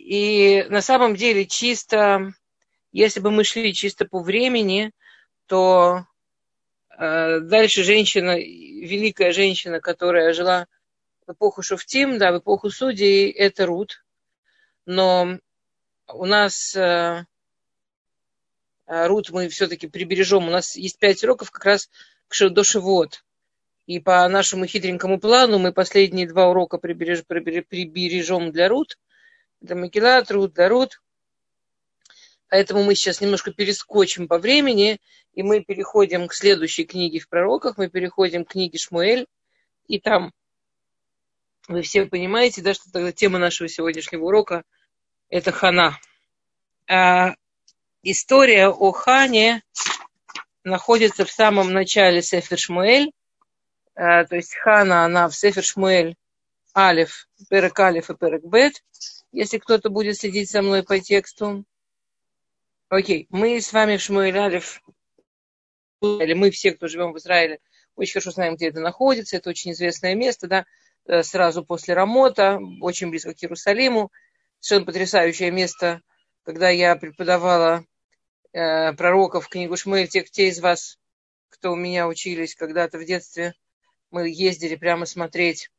И на самом деле чисто, если бы мы шли чисто по времени, то дальше женщина, великая женщина, которая жила в эпоху Шуфтим, да, в эпоху судей, это Рут. Но у нас Рут мы все-таки прибережем. У нас есть 5 уроков как раз до Шивот. И по нашему хитренькому плану мы последние 2 урока прибережем для Рут. Для Мегилат, Рут, для Рут. Поэтому мы сейчас немножко перескочим по времени, и мы переходим к следующей книге в пророках, мы переходим к книге Шмуэль, и там вы все понимаете, да, что тогда тема нашего сегодняшнего урока – это Хана. А история о Хане находится в самом начале Сефер Шмуэль, то есть Хана, она в Сефер Шмуэль Алеф, Перек Алеф и Перек Бет, если кто-то будет следить со мной по тексту. Окей, мы с вами в Шмуэль Алеф, или мы все, кто живем в Израиле, очень хорошо знаем, где это находится. Это очень известное место, да, сразу после Рамота, очень близко к Иерусалиму. Совершенно потрясающее место, когда я преподавала пророков книгу Шмуэль. Те из вас, кто у меня учились когда-то в детстве, мы ездили прямо смотреть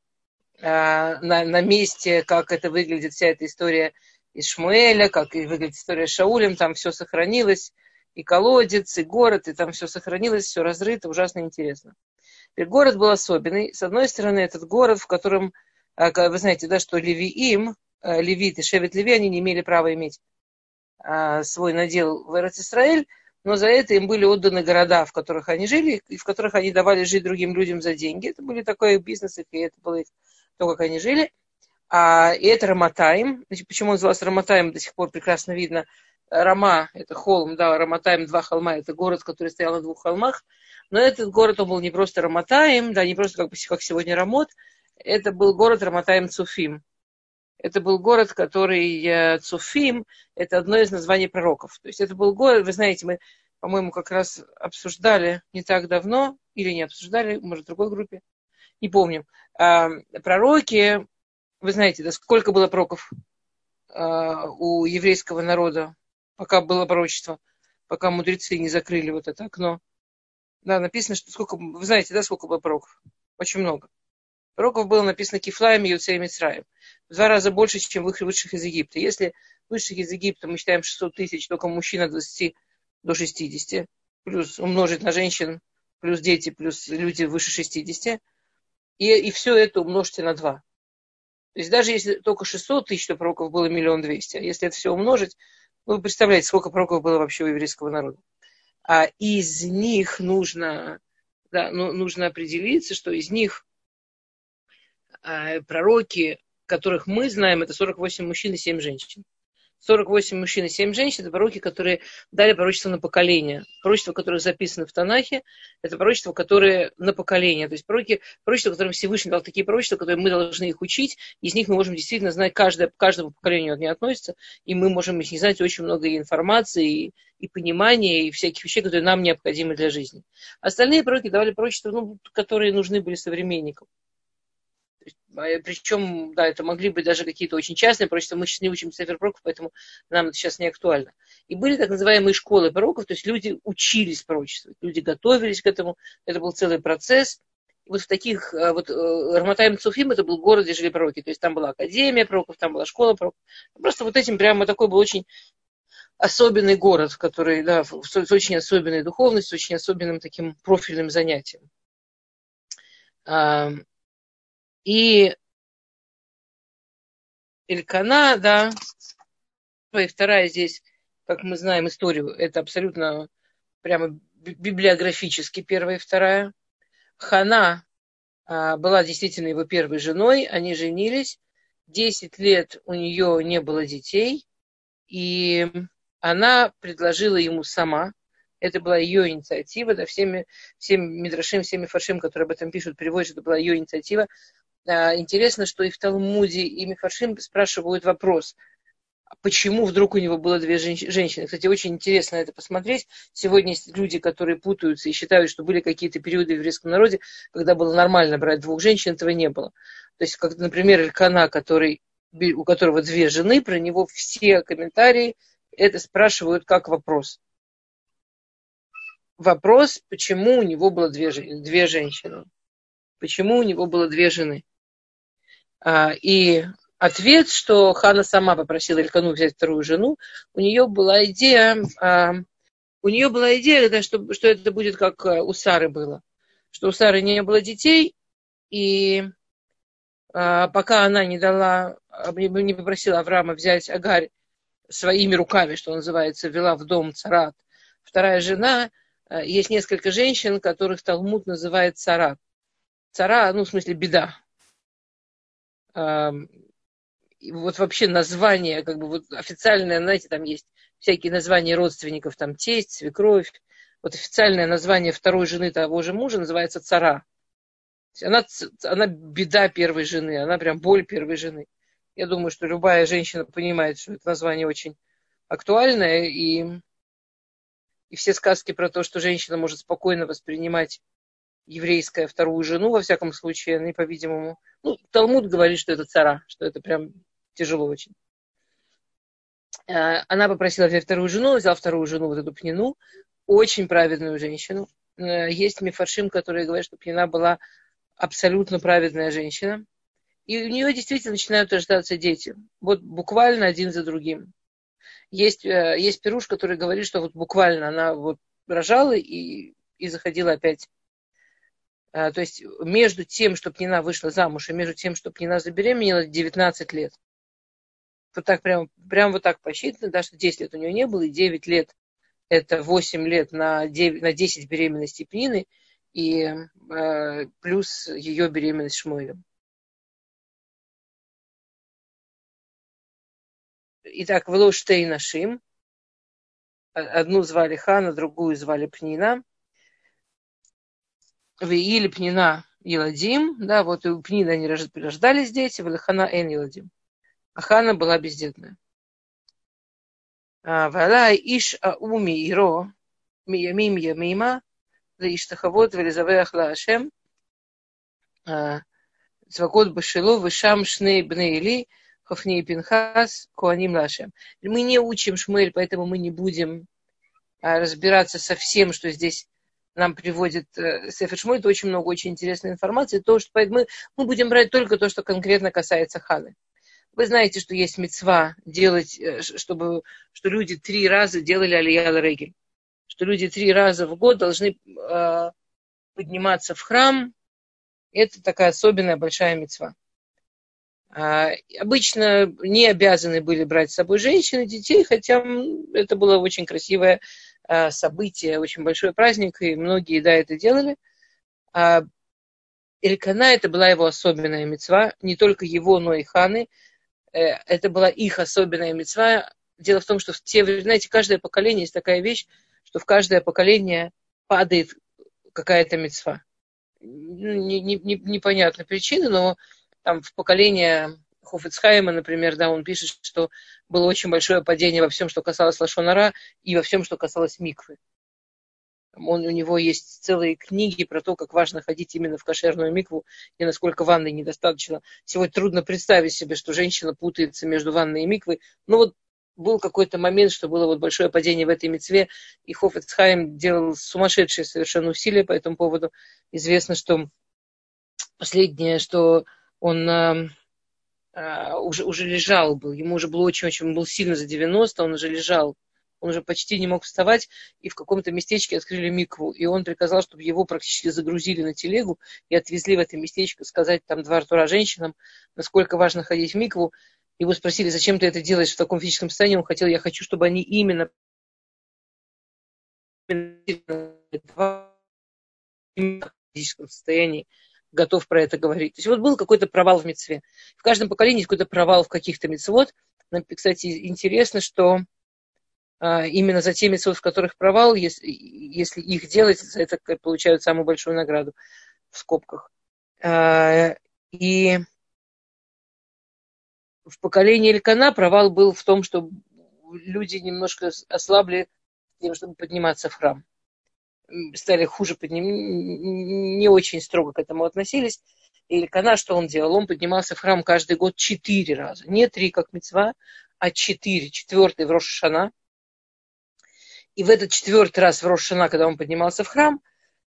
на месте, как это выглядит, вся эта история из Шмуэля, как выглядит история с Шаулем, там все сохранилось, и колодец, и город, и там все сохранилось, все разрыто, ужасно интересно. И город был особенный. С одной стороны, этот город, в котором, вы знаете, да, что левиим, левиты, шевет Леви, они не имели права иметь свой надел в Эрец-Исраэль, но за это им были отданы города, в которых они жили, и в которых они давали жить другим людям за деньги. Это были такой бизнес, и это было то, как они жили. И это Раматаим. Значит, почему он назывался Раматаим, до сих пор прекрасно видно. Рама – это холм, да, Раматаим – 2 холма, это город, который стоял на 2 холмах. Но этот город, он был не просто Раматаим, да, не просто как сегодня Рамот, это был город Раматаим Цуфим. Это был город, который Цуфим, это одно из названий пророков. То есть это был город, вы знаете, мы, по-моему, как раз обсуждали не так давно, или не обсуждали, может, в другой группе, не помню. Пророки, вы знаете, да, сколько было пророков у еврейского народа, пока было пророчество, пока мудрецы не закрыли вот это окно. Да, написано, что сколько, вы знаете, да, сколько было пророков? Очень много. Пророков было написано Кифлаем и Юцей Мицраим. В 2 раза больше, чем высших из Египта. Если высших из Египта мы считаем 600 тысяч, только мужчин от 20 до 60, плюс умножить на женщин, плюс дети, плюс люди выше 60, и все это умножьте на 2. То есть даже если только 600 тысяч, то пророков было 1 200 000. А если это все умножить, вы представляете, сколько пророков было вообще у еврейского народа. А из них нужно определиться, что из них пророки, которых мы знаем, это 48 мужчин и 7 женщин. 48 мужчин и 7 женщин – это пророки, которые дали пророчество на поколение. Пророчества, которые записаны в Танахе, это пророчества, которые на поколение. То есть пророчества, которым Всевышний дал такие пророчества, которые мы должны их учить. Из них мы можем действительно знать, к каждому поколению они относятся, и мы можем из них знать очень много и понимания, и всяких вещей, которые нам необходимы для жизни. Остальные пророки давали пророчества, которые нужны были современникам. Причем, да, это могли быть даже какие-то очень частные пророчества. Мы сейчас не учим Сефер пророков, поэтому нам это сейчас не актуально. И были так называемые школы пророков, то есть люди учились пророчествовать, люди готовились к этому. Это был целый процесс. И вот в таких, Раматаим Цуфим, это был город, где жили пророки. То есть там была академия пророков, там была школа пророков. Просто вот этим прямо такой был очень особенный город, который, да, с очень особенной духовностью, с очень особенным таким профильным занятием. И Элькана, да, и вторая здесь, как мы знаем историю, это абсолютно прямо библиографически первая и вторая. Хана была действительно его первой женой, они женились, 10 лет у нее не было детей, и она предложила ему сама, это была ее инициатива, да, всеми мидрашим, всеми фаршим, которые об этом пишут, переводят, что это была ее инициатива. Интересно, что и в Талмуде, и Мифаршим спрашивают вопрос, почему вдруг у него было 2 женщины. Кстати, очень интересно это посмотреть. Сегодня есть люди, которые путаются и считают, что были какие-то периоды в еврейском народе, когда было нормально брать 2 женщин, этого не было. То есть, как, например, Элькана, который у которого две жены, про него все комментарии это спрашивают как вопрос. Вопрос, почему у него было две женщины. Почему у него было две жены. И ответ, что Хана сама попросила Элькану взять вторую жену, у нее была идея, да, что это будет как у Сары было. Что у Сары не было детей, и пока она не попросила Авраама взять Агарь своими руками, что называется, ввела в дом царат. Вторая жена, есть несколько женщин, которых Талмуд называет царат. Цара, в смысле беда. Вот вообще название, официальное, знаете, там есть всякие названия родственников, там тесть, свекровь. Вот официальное название второй жены того же мужа называется цара. Она беда первой жены, она прям боль первой жены. Я думаю, что любая женщина понимает, что это название очень актуальное, и все сказки про то, что женщина может спокойно воспринимать еврейская вторую жену, во всяком случае, они, по-видимому, Талмуд говорит, что это цара, что это прям тяжело очень. Она попросила взять вторую жену, взяла вторую жену, вот эту Пнину, очень праведную женщину. Есть мифаршим, которые говорят, что Пнина была абсолютно праведная женщина. И у нее действительно начинают рождаться дети. Вот буквально один за другим. Есть пируш, который говорит, что вот буквально она вот рожала и заходила опять. То есть между тем, что Пнина вышла замуж, и между тем, что Пнина забеременела, 19 лет. Вот так прям вот так посчитано, да, что 10 лет у нее не было, и 9 лет это 8 лет на 10 беременностей Пнины, и плюс ее беременность Шмуэлем. Итак, Вело Штей Нашим. Одну звали Хана, другую звали Пнина. Или Пнина Еладим. Да, вот у Пнины они рождались дети, Хана Эн Еладим. А Хана была бездетная. Валай иш ауми иро миямим ямима лиштахавот велизавеах лаашем цвакот башило вышам шней бнейли хофни и пинхас куаним лашем. Мы не учим Шмуэль, поэтому мы не будем разбираться со всем, что здесь нам приводит Сефер Шмуэль. Это очень много очень интересной информации. То, что мы будем брать только то, что конкретно касается Ханы. Вы знаете, что есть мицва делать, что люди 3 раза делали алия ларегель. Что люди 3 раза в год должны подниматься в храм. Это такая особенная большая мицва. Обычно не обязаны были брать с собой женщин и детей, хотя это было очень красивое событие, очень большой праздник, и многие, да, это делали. Элькана, это была его особенная мицва, не только его, но и Ханы. Это была их особенная мицва. Дело в том, что знаете, каждое поколение, есть такая вещь, что в каждое поколение падает какая-то мицва. Непонятна причина, но там в поколение Хофицхайма, например, да, он пишет, что было очень большое падение во всем, что касалось лашон ара, и во всем, что касалось миквы. У него есть целые книги про то, как важно ходить именно в кошерную микву и насколько ванной недостаточно. Сегодня трудно представить себе, что женщина путается между ванной и миквой. Но вот был какой-то момент, что было вот большое падение в этой мицве, и Хофец Хаим делал сумасшедшие совершенно усилия по этому поводу. Известно, что последнее, что он уже лежал был, ему уже было очень-очень, он был сильно за 90, он уже лежал. Он уже почти не мог вставать, и в каком-то местечке открыли микву. И он приказал, чтобы его практически загрузили на телегу и отвезли в это местечко, сказать там Двар Тора женщинам, насколько важно ходить в микву. Его спросили, зачем ты это делаешь в таком физическом состоянии. Он хотел, я хочу, чтобы они именно в физическом состоянии готов про это говорить. То есть вот был какой-то провал в мицве. В каждом поколении есть какой-то провал в каких-то мицвот. Кстати, интересно, что именно за те мицвот, в которых провал, если их делать, за это получают самую большую награду в скобках. И в поколении Элькана провал был в том, что люди немножко ослабли тем, чтобы подниматься в храм. Стали хуже не очень строго к этому относились. И Элькана, что он делал? Он поднимался в храм каждый год 4 раза. Не 3, как мицва, а 4. 4 в Рош ха-Шана. И в этот 4-й раз в Рош ха-Шана, когда он поднимался в храм,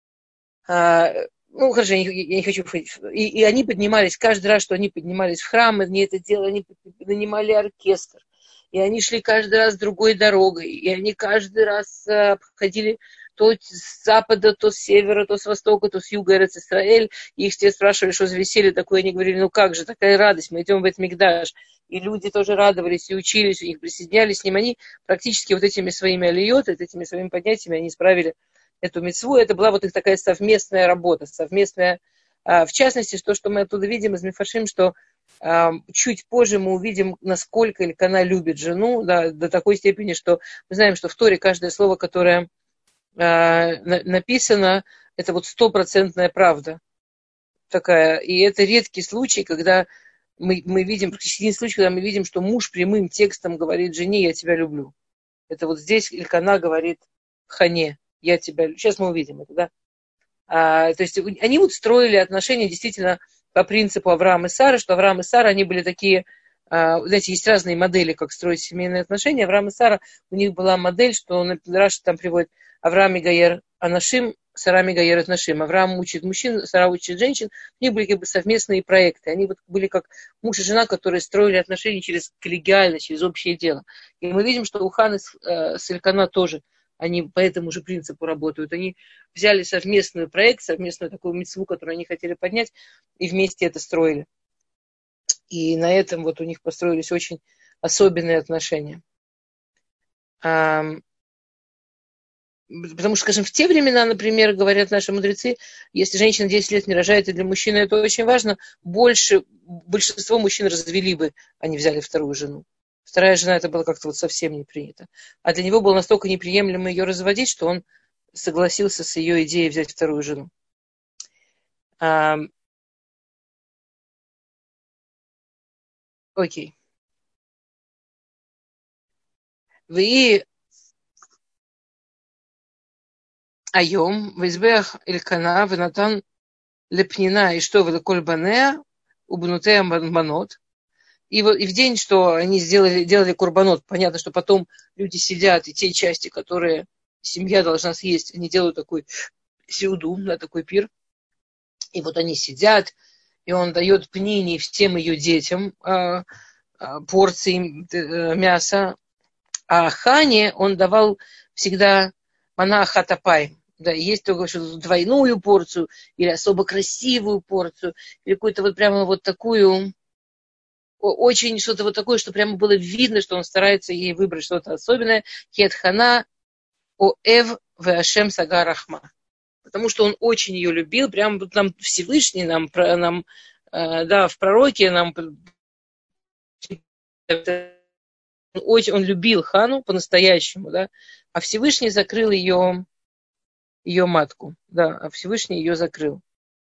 ну, хорошо, я не хочу... И они поднимались, каждый раз, что они поднимались в храм, они это делали, они нанимали оркестр. И они шли каждый раз другой дорогой. И они каждый раз обходили то с запада, то с севера, то с востока, то с юга Эрец-Исраэль. И их все спрашивали, что за веселье такое. Они говорили, ну как же, такая радость, мы идем в Бейт-Микдаш. И люди тоже радовались и учились, у них присоединялись с ним. Они практически вот этими своими алиот, этими своими поднятиями, они исправили эту мицву. Это была вот их такая совместная работа, совместная. В частности, то, что мы оттуда видим из Мифаршим, что чуть позже мы увидим, насколько Элькана любит жену, да, до такой степени, что мы знаем, что в Торе каждое слово, которое написано, это вот 100% правда такая. И это редкий случай, когда мы видим, практически единственный случай, когда мы видим, что муж прямым текстом говорит жене: я тебя люблю. Это вот здесь Элькана говорит Хане: я тебя люблю. Сейчас мы увидим это, да. То есть они вот строили отношения действительно по принципу Авраама и Сары, что Авраам и Сара, они были такие, знаете, есть разные модели, как строить семейные отношения. Авраам и Сара, у них была модель, что Раши там приводит: Авраам и Гаер Анашим, Сара и Гаер Анашим. Авраам учит мужчин, Сара учит женщин. У них были как бы совместные проекты. Они вот были как муж и жена, которые строили отношения через коллегиальность, через общее дело. И мы видим, что у Ханы с Элькана тоже они по этому же принципу работают. Они взяли совместный проект, совместную такую мицву, которую они хотели поднять, и вместе это строили. И на этом вот у них построились очень особенные отношения. Потому что, скажем, в те времена, например, говорят наши мудрецы, если женщина 10 лет не рожает, и для мужчины это очень важно, большинство мужчин развели бы, а не взяли вторую жену. Вторая жена, это было как-то вот совсем не принято. А для него было настолько неприемлемо ее разводить, что он согласился с ее идеей взять вторую жену. Окей. Вы айом, визбех Элькана, венатан лепнина, и что вы коль банеа, убнутея манот. И в день, что они делали курбанот, понятно, что потом люди сидят, и те части, которые семья должна съесть, они делают такой сеуду, да, такой пир. И вот они сидят, и он дает Пнине всем ее детям порции мяса. А Хане он давал всегда мана хатапай. Да, есть только что двойную порцию, или особо красивую порцию, или какую-то вот прямо вот такую... Очень что-то вот такое, что прямо было видно, что он старается ей выбрать что-то особенное. Хетхана оэв вэашем сага рахма. Потому что он очень ее любил. Прямо нам Всевышний, нам да, в пророке нам... Он любил Хану по-настоящему, да, а Всевышний закрыл ее матку. Да, а Всевышний ее закрыл.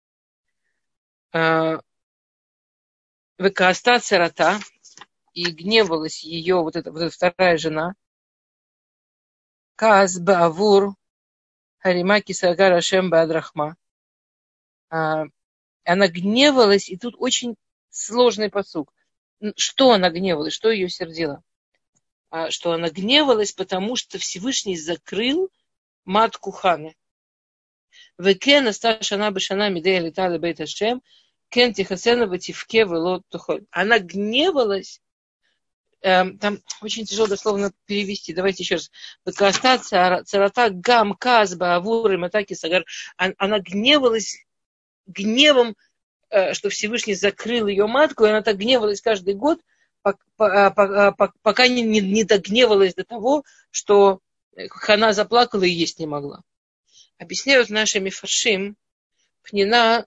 Векааста царата, и гневалась ее вот эта вторая жена. Каз баавур харимаки сагар ашем баадрахма. Она гневалась, и тут очень сложный пасук. Что она гневалась, что ее сердило? Что она гневалась, потому что Всевышний закрыл матку Ханы. Векен асташана бешана мидея летала бейт Ашем, кен тихасена вативке велот тухоль. Она гневалась. Там очень тяжело дословно перевести. Давайте еще раз. Векааста царата гам казба авур и матаки сагар. Она гневалась гневом, что Всевышний закрыл ее матку, и она так гневалась каждый год, пока не догневалась до того, что Хана заплакала и есть не могла. Объясняют наши мифаршим, Пнина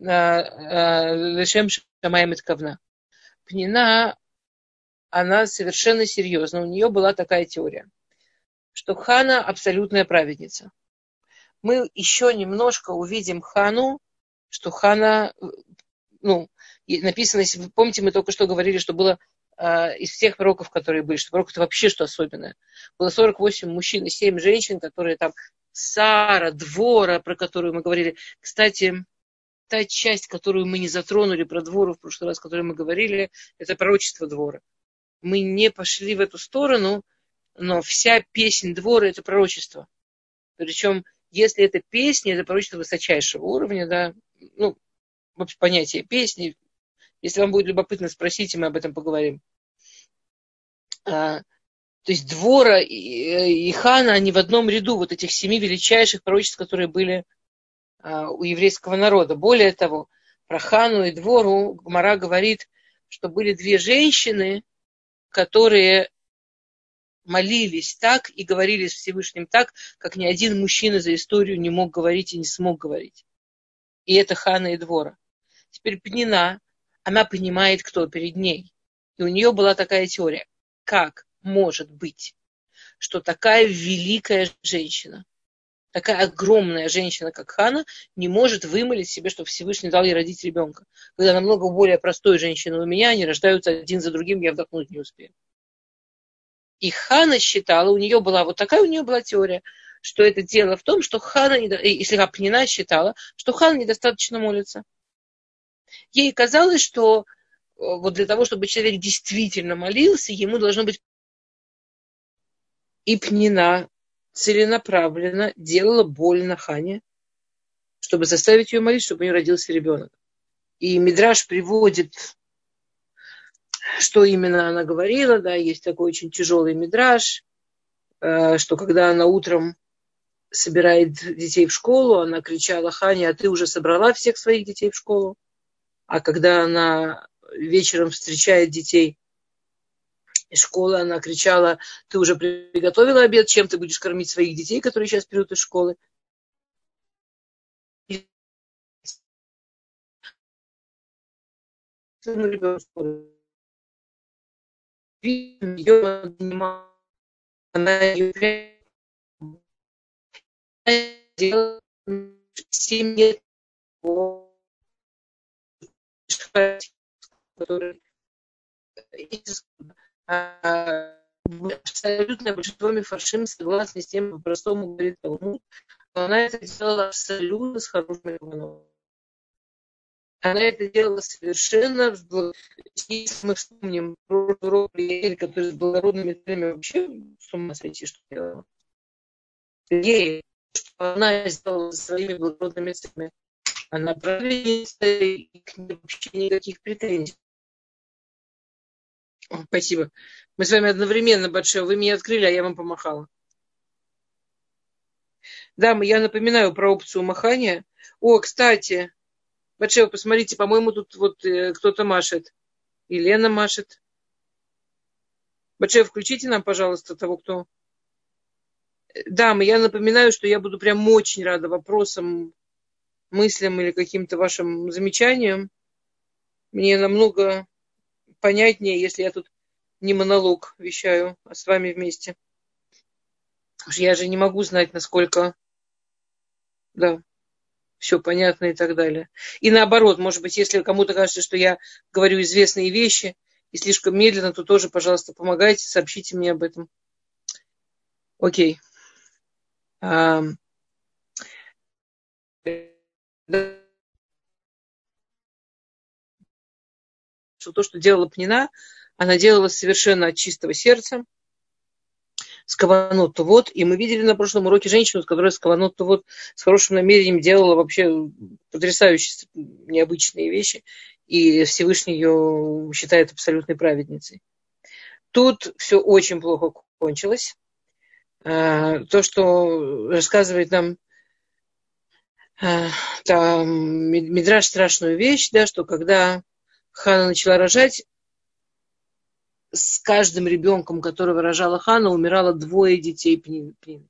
лешем шамаем эткавна. Пнина, она совершенно серьезна. У нее была такая теория, что Хана абсолютная праведница. Мы еще немножко увидим Хану, что Хана, написано, если вы помните, мы только что говорили, что было из всех пророков, которые были, что пророк это вообще что особенное. Было 48 мужчин и 7 женщин, которые там Сара, Двора, про которую мы говорили. Кстати, та часть, которую мы не затронули про Двору в прошлый раз, о которой мы говорили, это пророчество Двора. Мы не пошли в эту сторону, но вся песнь Двора – это пророчество. Причем, если это песня, это пророчество высочайшего уровня, да, ну, вообще понятие песни. Если вам будет любопытно, спросите, мы об этом поговорим. То есть Двора и Хана, они в одном ряду вот этих 7 величайших пророчеств, которые были у еврейского народа. Более того, про Хану и Двору Гмара говорит, что были 2 женщины, которые молились так и говорили с Всевышним так, как ни один мужчина за историю не мог говорить и не смог говорить. И это Хана и Двора. Теперь Пнина, она понимает, кто перед ней. И у нее была такая теория. Как может быть, что такая великая женщина, такая огромная женщина, как Хана, не может вымолить себе, чтобы Всевышний дал ей родить ребенка? Когда намного более простой женщины у меня, они рождаются один за другим, я вдохнуть не успею. И Хана считала, у нее была вот такая у нее была теория, что это дело в том, что Хана, если Пнина считала, что Хана недостаточно молится. Ей казалось, что вот для того, чтобы человек действительно молился, ему должно быть... И Пнина целенаправленно делала больно Хане, чтобы заставить ее молиться, чтобы у нее родился ребенок. И Мидраш приводит, что именно она говорила, да, есть такой очень тяжелый Мидраш, что когда она утром собирает детей в школу, она кричала: Хане, а ты уже собрала всех своих детей в школу? А когда она вечером встречает детей из школы, она кричала: ты уже приготовила обед, чем ты будешь кормить своих детей, которые сейчас придут из школы? Она ее делала 7 лет, который абсолютное большинство мифаршим согласны с тем, по-простому говорит Талмуд, но она это делала абсолютно с хорошим рекомендованием. Она это делала совершенно, если мы вспомним урок Лиэль, который с благородными целями вообще с ума сойти, что делала. Ей, что она сделала со своими благородными целями, она правильница, и к ней вообще никаких претензий. Спасибо. Мы с вами одновременно, Батшева. Вы меня открыли, а я вам помахала. Да, я напоминаю про опцию махания. О, кстати, Батшева, посмотрите, по-моему, тут вот кто-то машет. Елена машет. Батшева, включите нам, пожалуйста, того, кто... Да, я напоминаю, что я буду прям очень рада вопросам, мыслям или каким-то вашим замечаниям. Мне намного понятнее, если я тут не монолог вещаю, а с вами вместе. Потому что я же не могу знать, насколько, да, все понятно и так далее. И наоборот, может быть, если кому-то кажется, что я говорю известные вещи и слишком медленно, то тоже, пожалуйста, помогайте, сообщите мне об этом. Окей. Что то, что делала Пнина, она делала совершенно от чистого сердца, с каванот вот. И мы видели на прошлом уроке женщину, которая с каванот вот, с хорошим намерением делала вообще потрясающие, необычные вещи. И Всевышний ее считает абсолютной праведницей. Тут все очень плохо кончилось. То, что рассказывает нам Мидраш страшную вещь, да, что когда Хана начала рожать, с каждым ребенком, которого рожала Хана, умирало 2 детей Пнины. То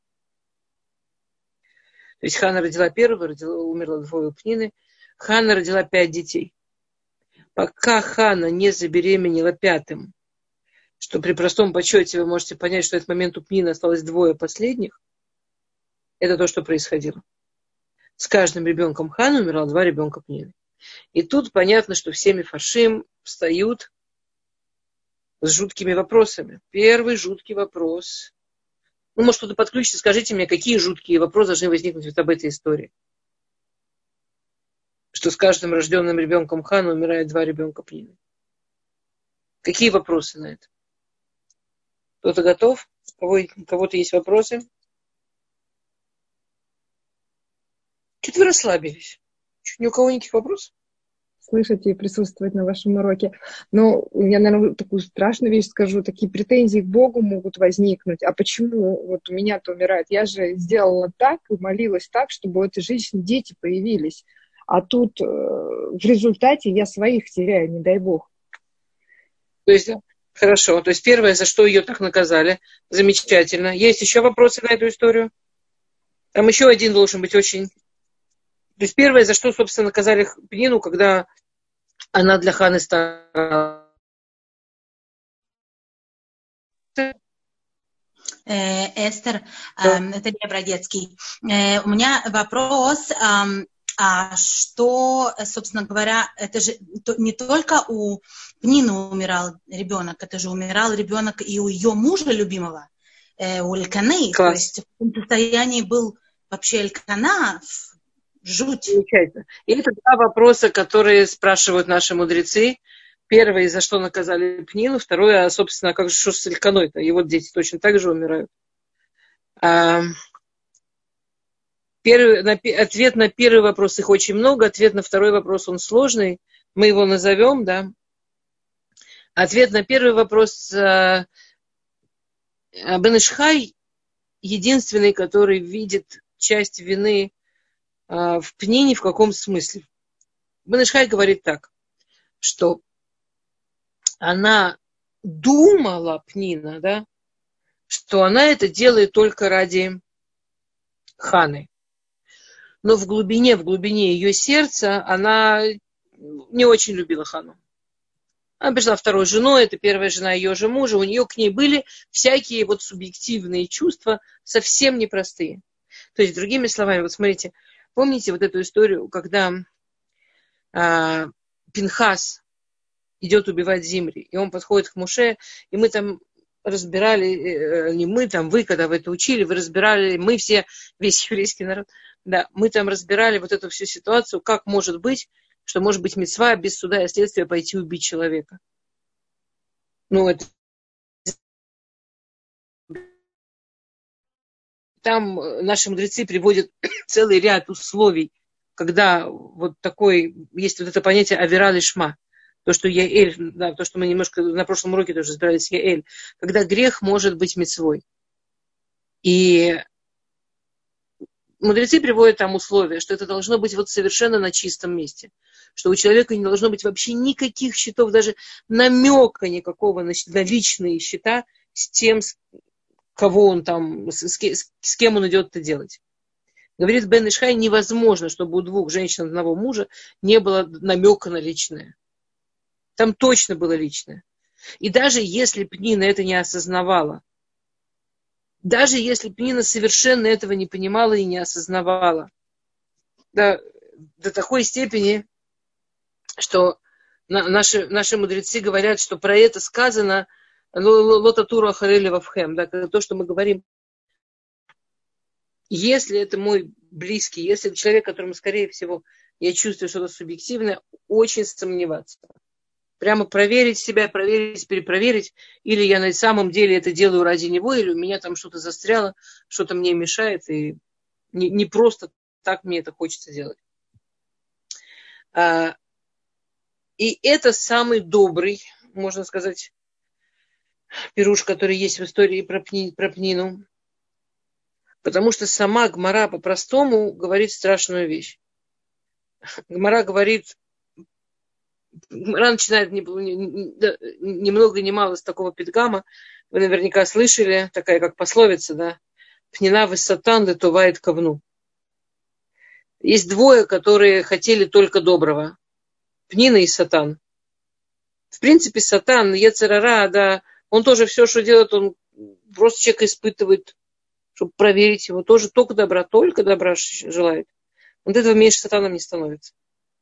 есть Хана родила первого, умерло 2 Пнины. Хана родила 5 детей. Пока Хана не забеременела 5-м, что при простом подсчете вы можете понять, что в этот момент у Пнины осталось 2 последних, это то, что происходило. С каждым ребенком Хана умирало 2 ребенка Пнины. И тут понятно, что все мифаршим встают с жуткими вопросами. Первый жуткий вопрос. Ну, может, кто-то подключится, скажите мне, какие жуткие вопросы должны возникнуть вот об этой истории. что с каждым рожденным ребенком Хана умирает 2 ребенка Пнины. Какие вопросы на это? Кто-то готов? У кого-то есть вопросы? Чуть вы расслабились. Чуть ни у кого никаких вопросов? Слышать и присутствовать на вашем уроке. Но я, наверное, такую страшную вещь скажу. Такие претензии к Богу могут возникнуть. А почему вот у меня-то умирает? Я же сделала так и молилась так, чтобы у этой женщины дети появились. А тут в результате я своих теряю, не дай Бог. То есть, хорошо. То есть первое, за что ее так наказали. Замечательно. Есть еще вопросы на эту историю? Там еще один должен быть очень... То есть первое, за что, собственно, наказали Пнину, когда она для Ханы стала... Эстер, это не Бродецкий. У меня вопрос, а что, собственно говоря, это же не только у Пнины умирал ребенок, это же умирал ребенок и у ее мужа любимого, у Эльканы. То есть в таком состоянии был вообще Элькана, жуть. Замечательно. И это 2 вопроса, которые спрашивают наши мудрецы. Первый, за что наказали Пнину. Второе, а, собственно, как же, что с Эльканой-то? И вот дети точно так же умирают. Ответ на первый вопрос, их очень много. Ответ на второй вопрос, он сложный. Мы его назовем, да. Ответ на первый вопрос. Бен Ишхай единственный, который видит часть вины в Пнине. В каком смысле? Бен Ишхай говорит так, что она думала, Пнина, да, что она это делает только ради Ханы. Но в глубине ее сердца она не очень любила Хану. Она пришла второй женой, это первая жена ее же мужа, у нее к ней были всякие вот субъективные чувства, совсем непростые. То есть, другими словами, вот смотрите, помните вот эту историю, когда Пинхас идет убивать Зимри, и он подходит к Муше, и мы там разбирали, не мы там, вы когда вы это учили, вы разбирали, мы все, весь еврейский народ, да, мы там разбирали вот эту всю ситуацию, как может быть, что может быть мицва без суда и следствия пойти убить человека. Ну, это... Там наши мудрецы приводят целый ряд условий, когда вот такой, есть вот это понятие авера лишма, то, что Яэль, да, то, что мы немножко на прошлом уроке тоже разбирались, Яэль, когда грех может быть мицвой. И мудрецы приводят там условия, что это должно быть вот совершенно на чистом месте, что у человека не должно быть вообще никаких счетов, даже намека никакого на личные счета с тем, кого он там, с кем он идет это делать. Говорит Бен Ишхай, невозможно, чтобы у 2 женщин одного мужа не было намека на личное. Там точно было личное. И даже если Пнина это не осознавала, даже если Пнина совершенно этого не понимала и не осознавала, до такой степени, что наши мудрецы говорят, что про это сказано лотатура харелева вхэм, да, то, что мы говорим. Если это мой близкий, если это человек, которому, скорее всего, я чувствую что-то субъективное, очень сомневаться. Прямо проверить себя, проверить, перепроверить, или я на самом деле это делаю ради него, или у меня там что-то застряло, что-то мне мешает, и не просто так мне это хочется делать. И это самый добрый, можно сказать, пируш, который есть в истории про Пнину. Потому что сама Гмара по-простому говорит страшную вещь. Гмара начинает ни много ни мало с такого пидгама. Вы наверняка слышали, такая как пословица, да? Пнина высотан летувает ковну. Есть 2, которые хотели только доброго. Пнина и Сатан. В принципе, Сатан, Йецер ара, да, он тоже все, что делает, он просто человека испытывает, чтобы проверить его. Тоже только добра желает. Вот этого меньше Сатаном не становится.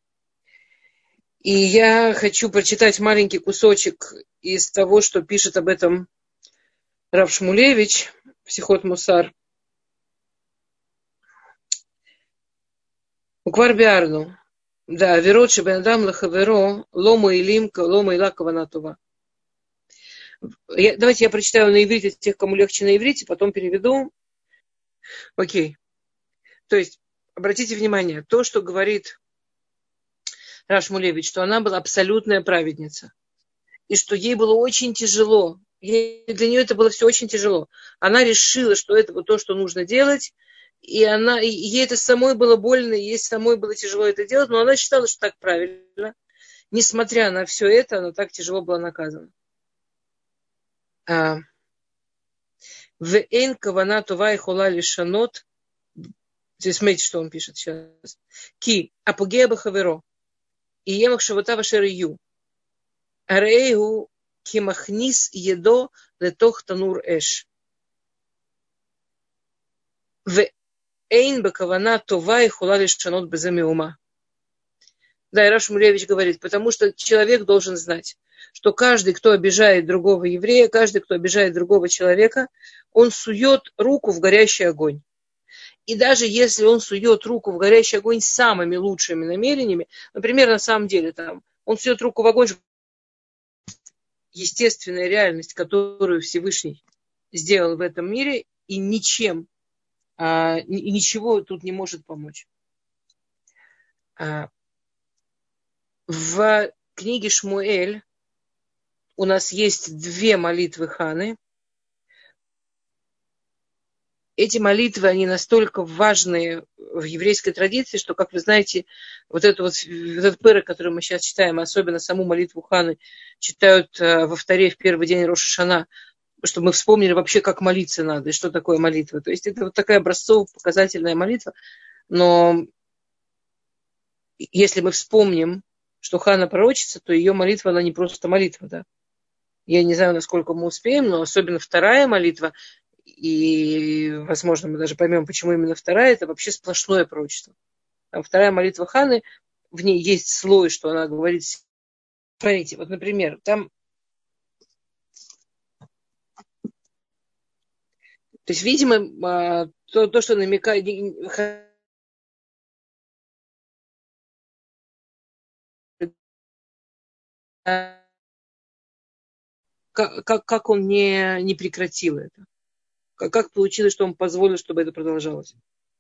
И я хочу прочитать маленький кусочек из того, что пишет об этом Рав Шмулевич, Психот Мусар. Уквар биарну. Да, верот шебенадам лахаверо лома илим лома ила каванатова. Давайте я прочитаю на иврите тех, кому легче на иврите, потом переведу. Окей. То есть, обратите внимание, то, что говорит Раш Мулевич, что она была абсолютная праведница. И что ей было очень тяжело. Для нее это было все очень тяжело. Она решила, что это вот то, что нужно делать. И ей это самой было больно, и ей самой было тяжело это делать. Но она считала, что так правильно. Несмотря на все это, она так тяжело была наказана. Вэйн кавана това и хола лишанот. Здесь смотрите, что он пишет сейчас. Ки апогея бахаверо. И емах шавота вашер ию. Арею кимахнис едо летох танур эш. Вэйн бакавана това и хола лишанот безами ума. Да, и Раш Мулевич говорит, потому что человек должен знать, что каждый, кто обижает другого еврея, каждый, кто обижает другого человека, он сует руку в горящий огонь. И даже если он сует руку в горящий огонь с самыми лучшими намерениями, например, на самом деле там, он сует руку в огонь, естественная реальность, которую Всевышний сделал в этом мире, и ничего тут не может помочь. В книге Шмуэль у нас есть 2 молитвы Ханы. Эти молитвы, они настолько важны в еврейской традиции, что, как вы знаете, вот этот пэрок, который мы сейчас читаем, особенно саму молитву Ханы, читают во второй, в первый день Рош ха-Шана, чтобы мы вспомнили вообще, как молиться надо, и что такое молитва. То есть это вот такая образцово-показательная молитва. Но если мы вспомним, что Хана пророчица, то ее молитва, она не просто молитва, да. Я не знаю, насколько мы успеем, но особенно вторая молитва, и, возможно, мы даже поймем, почему именно вторая, это вообще сплошное пророчество. Там вторая молитва Ханы, в ней есть слой, что она говорит. Смотрите, вот, например, там... То есть, видимо, то, что намекает... Как он не прекратил это? Как получилось, что он позволил, чтобы это продолжалось?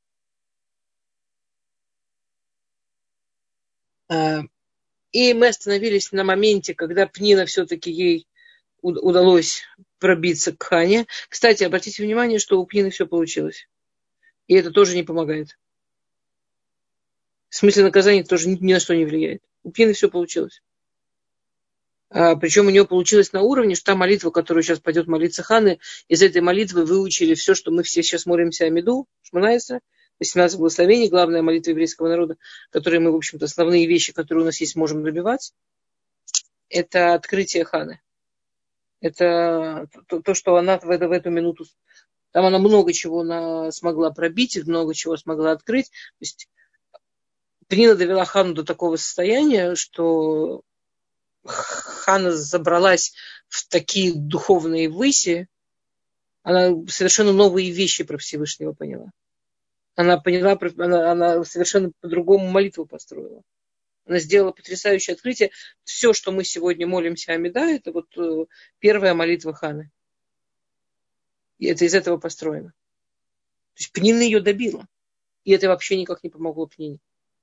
И мы остановились на моменте, когда Пнина все-таки ей удалось пробиться к Хане. Кстати, обратите внимание, что у Пнины все получилось. И это тоже не помогает. В смысле наказания тоже ни на что не влияет. У Пнины все получилось. Причем у нее получилось на уровне, что та молитва, которую сейчас пойдет молиться Ханы, из этой молитвы выучили все, что мы все сейчас молимся Амиду, Шмонайсра, 18 благословений, главная молитва еврейского народа, которые мы, в общем-то, основные вещи, которые у нас есть, можем добивать, это открытие Ханы. Это то, что она в эту минуту, там она много чего смогла пробить, много чего смогла открыть. То есть Пнина довела Хану до такого состояния, что Хана забралась в такие духовные выси, она совершенно новые вещи про Всевышнего поняла. Она поняла, она совершенно по-другому молитву построила. Она сделала потрясающее открытие. Все, что мы сегодня молимся Амида, это вот первая молитва Ханы. И это из этого построено. То есть Пнина ее добила. И это вообще никак не помогло Пнине.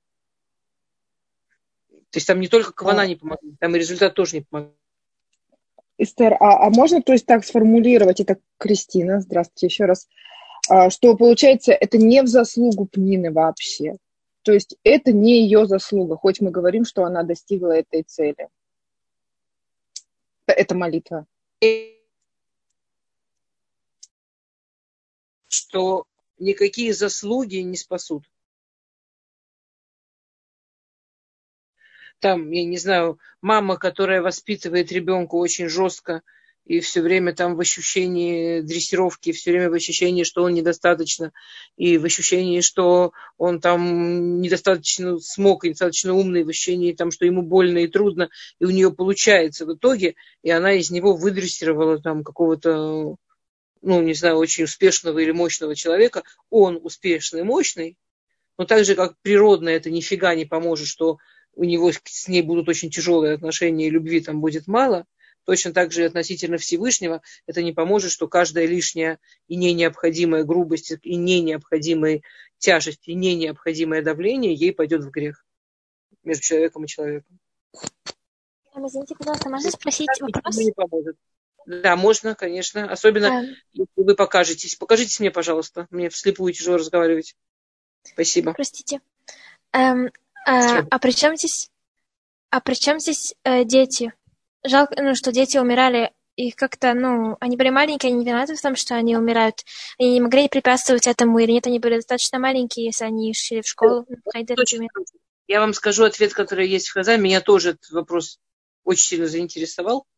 То есть там не только кавана не помогла, там и результат тоже не помог. Эстер, можно, то есть, так сформулировать, это Кристина, здравствуйте еще раз, что, получается, это не в заслугу Пнины вообще. То есть это не ее заслуга, хоть мы говорим, что она достигла этой цели. Это молитва. Что никакие заслуги не спасут. Там, я не знаю, мама, которая воспитывает ребенка очень жестко и все время там в ощущении дрессировки, все время в ощущении, что он недостаточно, и в ощущении, что он там недостаточно смог и недостаточно умный, в ощущении, там, что ему больно и трудно, и у нее получается в итоге, и она из него выдрессировала там какого-то, не знаю, очень успешного или мощного человека. Он успешный, мощный, но так же, как природно это нифига не поможет, что у него с ней будут очень тяжелые отношения, и любви там будет мало, точно так же и относительно Всевышнего это не поможет, что каждая лишняя и не необходимая грубость, и не необходимая тяжесть, и не необходимое давление ей пойдет в грех между человеком и человеком. Извините, пожалуйста, можно спросить вопрос? Не поможет. Да, можно, конечно. Особенно, если вы покажетесь. Покажитесь мне, пожалуйста. Мне вслепую тяжело разговаривать. Спасибо. Простите. А при чем здесь дети? Жалко, что дети умирали. И как-то, они были маленькие, они не виноваты в том, что они умирают. Они не могли препятствовать этому, или нет, они были достаточно маленькие, если они шли в школу. Я вам скажу ответ, который есть в Хазане. Меня тоже этот вопрос очень сильно заинтересовал.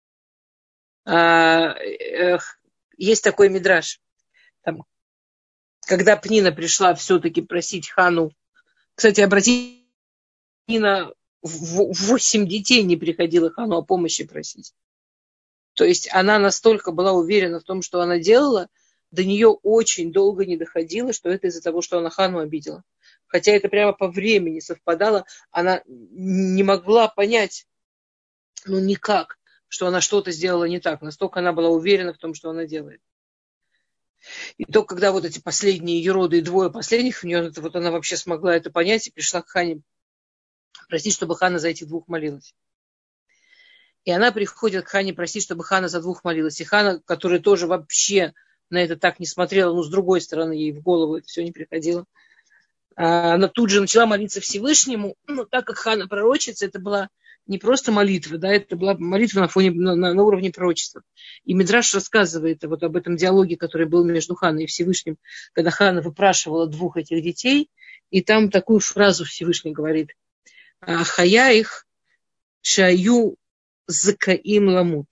Есть такой мидраш. Там, когда Пнина пришла все-таки просить Хану, кстати, обратите, Пнина 8 детей не приходила Хану о помощи просить. То есть она настолько была уверена в том, что она делала, до нее очень долго не доходило, что это из-за того, что она Хану обидела. Хотя это прямо по времени совпадало, она не могла понять, никак, что она что-то сделала не так. Настолько она была уверена в том, что она делает. И только когда вот эти последние ее роды и двое последних, у нее вот она вообще смогла это понять и пришла к Хане просить, чтобы Хана за этих двух молилась. И она приходит к Хане просить, чтобы Хана за двух молилась. И Хана, которая тоже вообще на это так не смотрела, с другой стороны, ей в голову это все не приходило. Она тут же начала молиться Всевышнему. Так как Хана пророчица, это была не просто молитва, да, это была молитва на уровне пророчества. И Мидраш рассказывает вот об этом диалоге, который был между Ханой и Всевышним, когда Хана выпрашивала двух этих детей, и там такую фразу Всевышний говорит: «Хая их шаю закаим ламут»,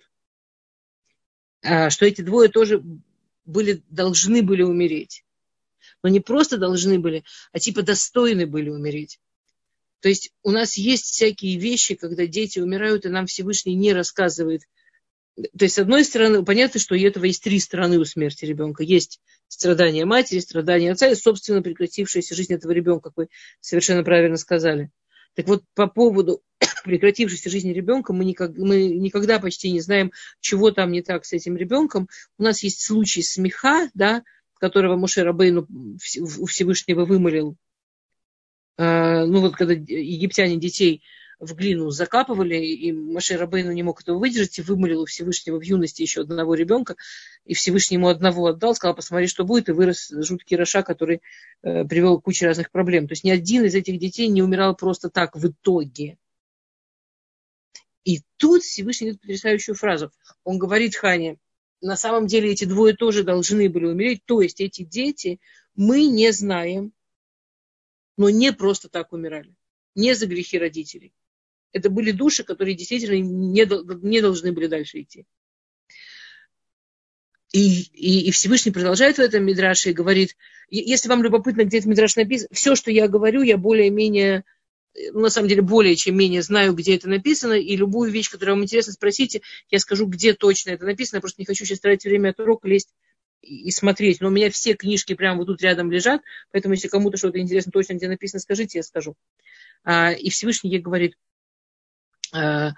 что эти двое тоже должны были умереть. Но не просто должны были, а типа достойны были умереть. То есть у нас есть всякие вещи, когда дети умирают, и нам Всевышний не рассказывает. То есть, с одной стороны, понятно, что у этого есть 3 стороны у смерти ребенка. Есть страдания матери, страдания отца и, собственно, прекратившаяся жизнь этого ребенка, как вы совершенно правильно сказали. Так вот, по поводу прекратившейся жизни ребенка мы никогда почти не знаем, чего там не так с этим ребенком. У нас есть случай смеха, да, которого Моше Рабейну у Всевышнего вымолил. Когда египтяне детей в глину закапывали, и Моше Рабейну не мог этого выдержать, и вымолил у Всевышнего в юности еще одного ребенка, и Всевышний ему одного отдал, сказал: посмотри, что будет, и вырос жуткий Раша, который привел к куче разных проблем. То есть ни один из этих детей не умирал просто так в итоге. И тут Всевышний дает потрясающую фразу. Он говорит Хане: на самом деле эти двое тоже должны были умереть, то есть эти дети мы не знаем, но не просто так умирали, не за грехи родителей. Это были души, которые действительно не должны были дальше идти. И Всевышний продолжает в этом мидраше и говорит: если вам любопытно, где этот мидраш написан, все, что я говорю, я более-менее, на самом деле, более чем менее знаю, где это написано, и любую вещь, которая вам интересна, спросите, я скажу, где точно это написано. Я просто не хочу сейчас тратить время от урока, лезть и смотреть. Но у меня все книжки прямо вот тут рядом лежат, поэтому если кому-то что-то интересно точно, где написано, скажите, я скажу. И Всевышний ей говорит, что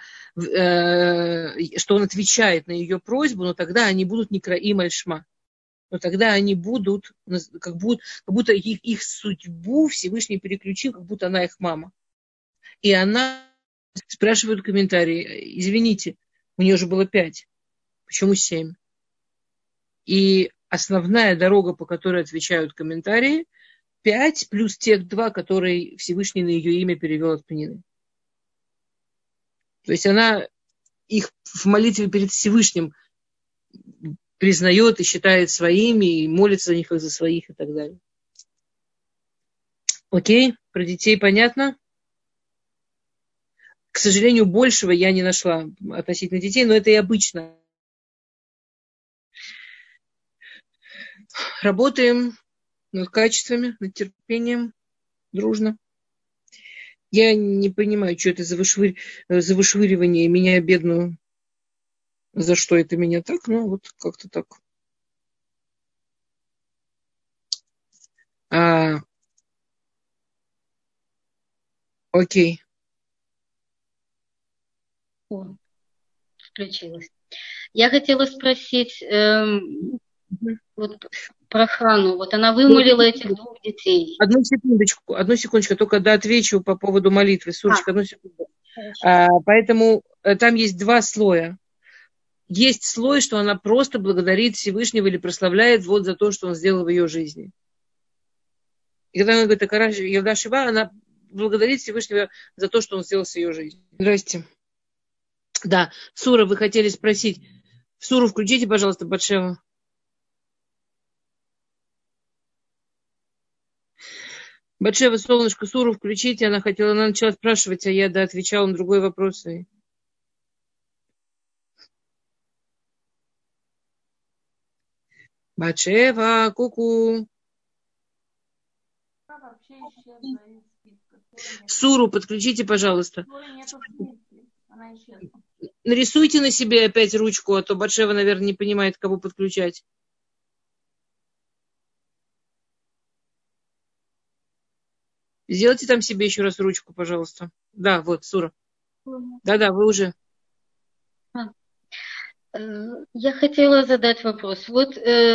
он отвечает на ее просьбу, но тогда они будут некраим аль-шма. Но тогда они будут, как будто их судьбу Всевышний переключил, как будто она их мама. И она спрашивает в комментарии: извините, у нее же было 5, почему 7? И основная дорога, по которой отвечают комментарии, 5 плюс тех 2, которые Всевышний на ее имя перевел от Пнины. То есть она их в молитве перед Всевышним признает и считает своими, и молится за них как за своих и так далее. Окей? Про детей понятно? К сожалению, большего я не нашла относительно детей, но это и обычно. Работаем над качествами, над терпением, дружно. Я не понимаю, что это за вышвыривание меня бедную. За что это меня так? Вот как-то так. Окей. О, включилась. Я хотела спросить вот про Хану. Вот она вымолила этих 2 детей. Одну секундочку, только отвечу по поводу молитвы. Сурочка, одну секунду. Поэтому там есть 2 слоя. Есть слой, что она просто благодарит Всевышнего или прославляет вот за то, что он сделал в ее жизни. И когда она говорит о Елда Шива, она благодарит Всевышнего за то, что он сделал с ее жизнью. Здрасте. Да, Сура, вы хотели спросить. Суру включите, пожалуйста, Батшева. Батшева, солнышко, Суру включите. Она начала спрашивать, а я отвечала на другой вопрос. Батшева, ку-ку. Суру подключите, пожалуйста. Нарисуйте на себе опять ручку, а то Батшева, наверное, не понимает, кого подключать. Сделайте там себе еще раз ручку, пожалуйста. Да, вот, Сура. Да, вы уже. Я хотела задать вопрос. Вот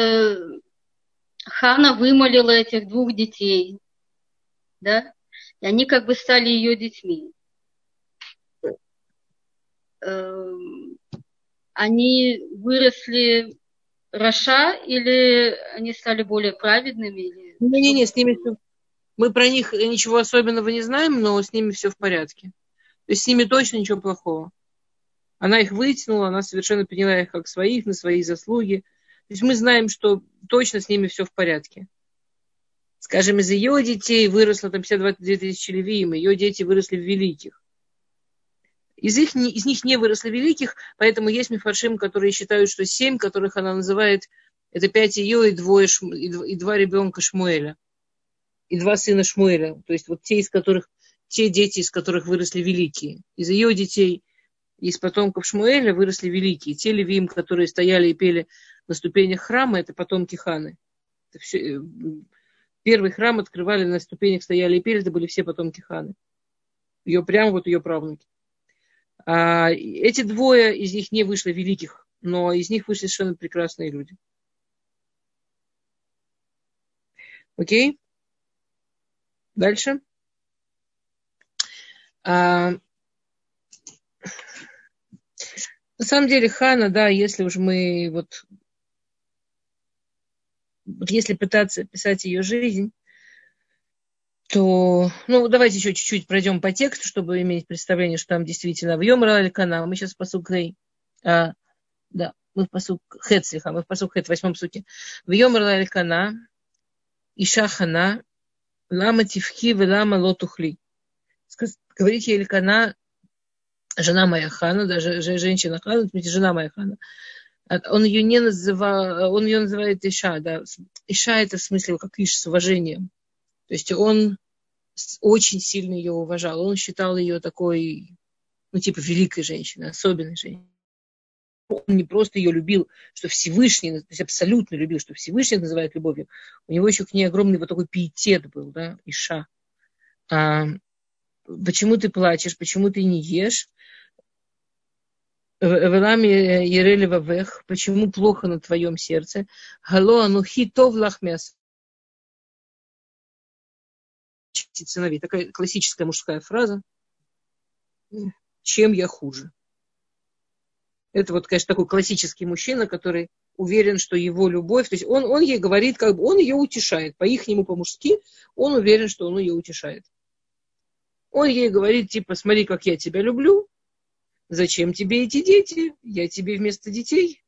Хана вымолила этих 2 детей, да? И они как бы стали ее детьми. Они выросли Раша или они стали более праведными? Не, с ними все. Мы про них ничего особенного не знаем, но с ними все в порядке. То есть с ними точно ничего плохого. Она их вытянула, она совершенно приняла их как своих, на свои заслуги. То есть мы знаем, что точно с ними все в порядке. Скажем, из ее детей выросло там 52 тысячи левиим, ее дети выросли в великих. Из них не выросли великих, поэтому есть мифаршим, которые считают, что 7, которых она называет, это 5 ее и 2 ребенка Шмуэля. И 2 сына Шмуэля. То есть вот те дети, из которых выросли великие. Из ее детей, из потомков Шмуэля выросли великие. Те левиим, которые стояли и пели на ступенях храма, это потомки Ханы. Это все, первый храм открывали, на ступенях стояли и пели, это были все потомки Ханы. Ее правнуки. А эти 2 из них не вышло великих, но из них вышли совершенно прекрасные люди. Окей? Дальше. На самом деле Хана, да, если уж мы если пытаться описать ее жизнь, то, давайте еще чуть-чуть пройдем по тексту, чтобы иметь представление, что там действительно в Йомар аль-Кана. Мы сейчас в пасук Гей. Мы в пасук Хет, мы в пасук Хет, в 8 суке. В Йомар аль-Кана, Иша Хана, лама тивхи велама лотухли. Говорите Элькана, жена моя Хана, даже женщина Хана, в смысле, жена моя Хана. Он ее называет Иша, да. Иша это в смысле как Иш, с уважением. То есть он очень сильно ее уважал. Он считал ее такой, великой женщиной, особенной женщиной. Он не просто ее любил, что Всевышний, то есть абсолютно любил, что Всевышний называет любовью. У него еще к ней огромный такой пиетет был, да, Иша. Почему ты плачешь, почему ты не ешь? Почему плохо на твоем сердце? Гало анухи тов лахмяс. Сыновей. Такая классическая мужская фраза. Чем я хуже? Это конечно, такой классический мужчина, который уверен, что его любовь, то есть он ей говорит, он ее утешает. По-ихнему, по-мужски, он уверен, что он ее утешает. Он ей говорит, смотри, как я тебя люблю. Зачем тебе эти дети? Я тебе вместо детей.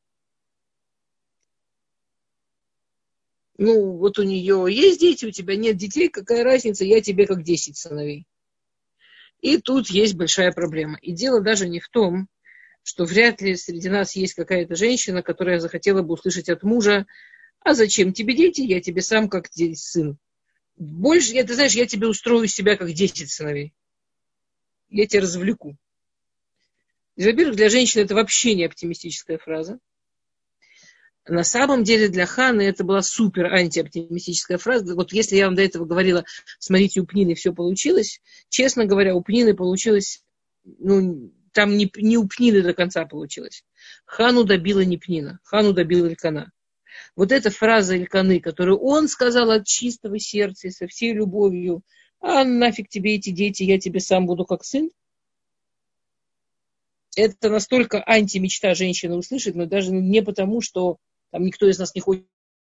У нее есть дети, у тебя нет детей, какая разница, я тебе как 10 сыновей. И тут есть большая проблема. И дело даже не в том, что вряд ли среди нас есть какая-то женщина, которая захотела бы услышать от мужа, а зачем тебе дети, я тебе сам как сын. Больше, ты знаешь, я тебе устрою себя как 10 сыновей. Я тебя развлеку. Во-первых, для женщины это вообще не оптимистическая фраза. На самом деле для Ханы это была супер антиоптимистическая фраза. Вот если я вам до этого говорила, смотрите, у Пнины все получилось, честно говоря, у Пнины получилось там не у Пнины до конца получилось. Хану добила не Пнина, Хану добила Элькана. Вот эта фраза Эльканы, которую он сказал от чистого сердца и со всей любовью, а нафиг тебе эти дети, я тебе сам буду как сын. Это настолько антимечта женщины услышать, но даже не потому, что там никто из нас не хочет.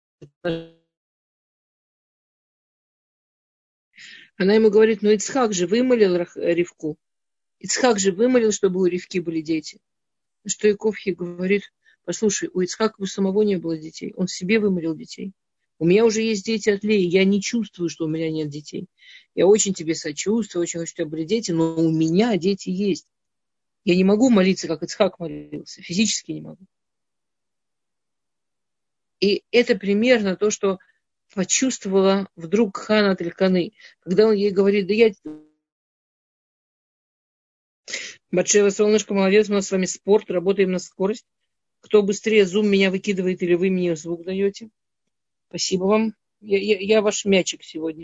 Она ему говорит, ну Ицхак же вымолил Ривку. Ицхак же вымолил, чтобы у Ривки были дети. Что Яковхи говорит, послушай, у Ицхака у самого не было детей. Он себе вымолил детей. У меня уже есть дети от Леи. Я не чувствую, что у меня нет детей. Я очень тебе сочувствую, очень хочу, чтобы у тебя были дети, но у меня дети есть. Я не могу молиться, как Ицхак молился. Физически не могу. И это примерно то, что почувствовала вдруг Хана от Эльканы. Когда он ей говорит, да я... Батшева, солнышко, молодец, у нас с вами спорт, работаем на скорость. Кто быстрее, зум меня выкидывает или вы мне звук даете. Спасибо вам. Я ваш мячик сегодня.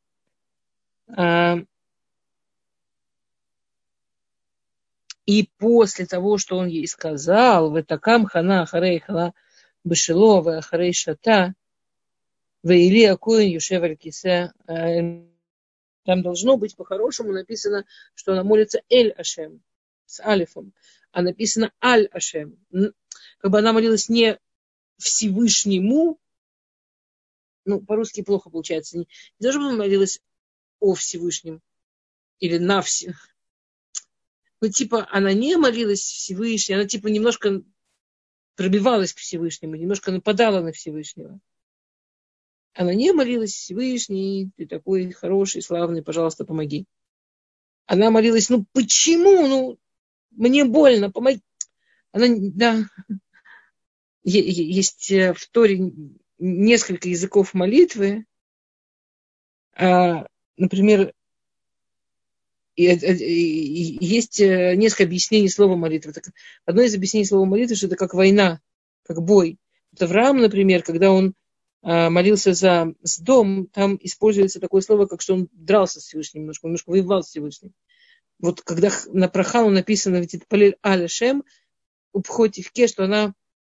И после того, что он ей сказал, «Ветакам хана ахарей хала бешело, ахарей шата, веили акуин юшев аль кисе». Там должно быть по-хорошему написано, что она молится Эль Ашем с алифом, а написано Аль Ашем. Как бы она молилась не Всевышнему, ну, по-русски плохо получается, не даже она молилась о Всевышнем или на Всевышнем. Ну, типа, она не молилась Всевышнему, она типа немножко пробивалась к Всевышнему, немножко нападала на Всевышнего. Она не молилась Всевышний, ты такой хороший, славный, пожалуйста, помоги. Она молилась, ну почему? Ну, мне больно, помоги. Она, да, есть в Торе несколько языков молитвы. Например, есть несколько объяснений слова молитвы. Одно из объяснений слова молитвы, что это как война, как бой. Вот Авраам, например, когда он молился за Сдом, там используется такое слово, как что он дрался с Всевышним немножко воевал с Всевышним. Вот когда на Прахану написано ведь это Палель Аль Ашем, Упхотивке, что она...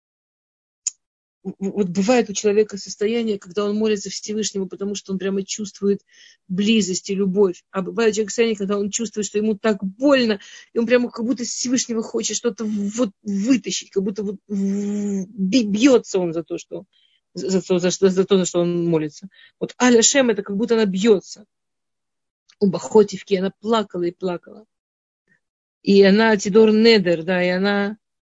Вот бывает у человека состояние, когда он молится Всевышнему, потому что он прямо чувствует близость и любовь. А бывает у человека состояние, когда он чувствует, что ему так больно, и он прямо как будто Всевышнего хочет что-то вот вытащить, как будто вот бьется он за то, за что он молится. Вот Аль Ашем, это как будто она бьется. У Бахотивки она плакала и плакала. И она Тидор Недер, да, и она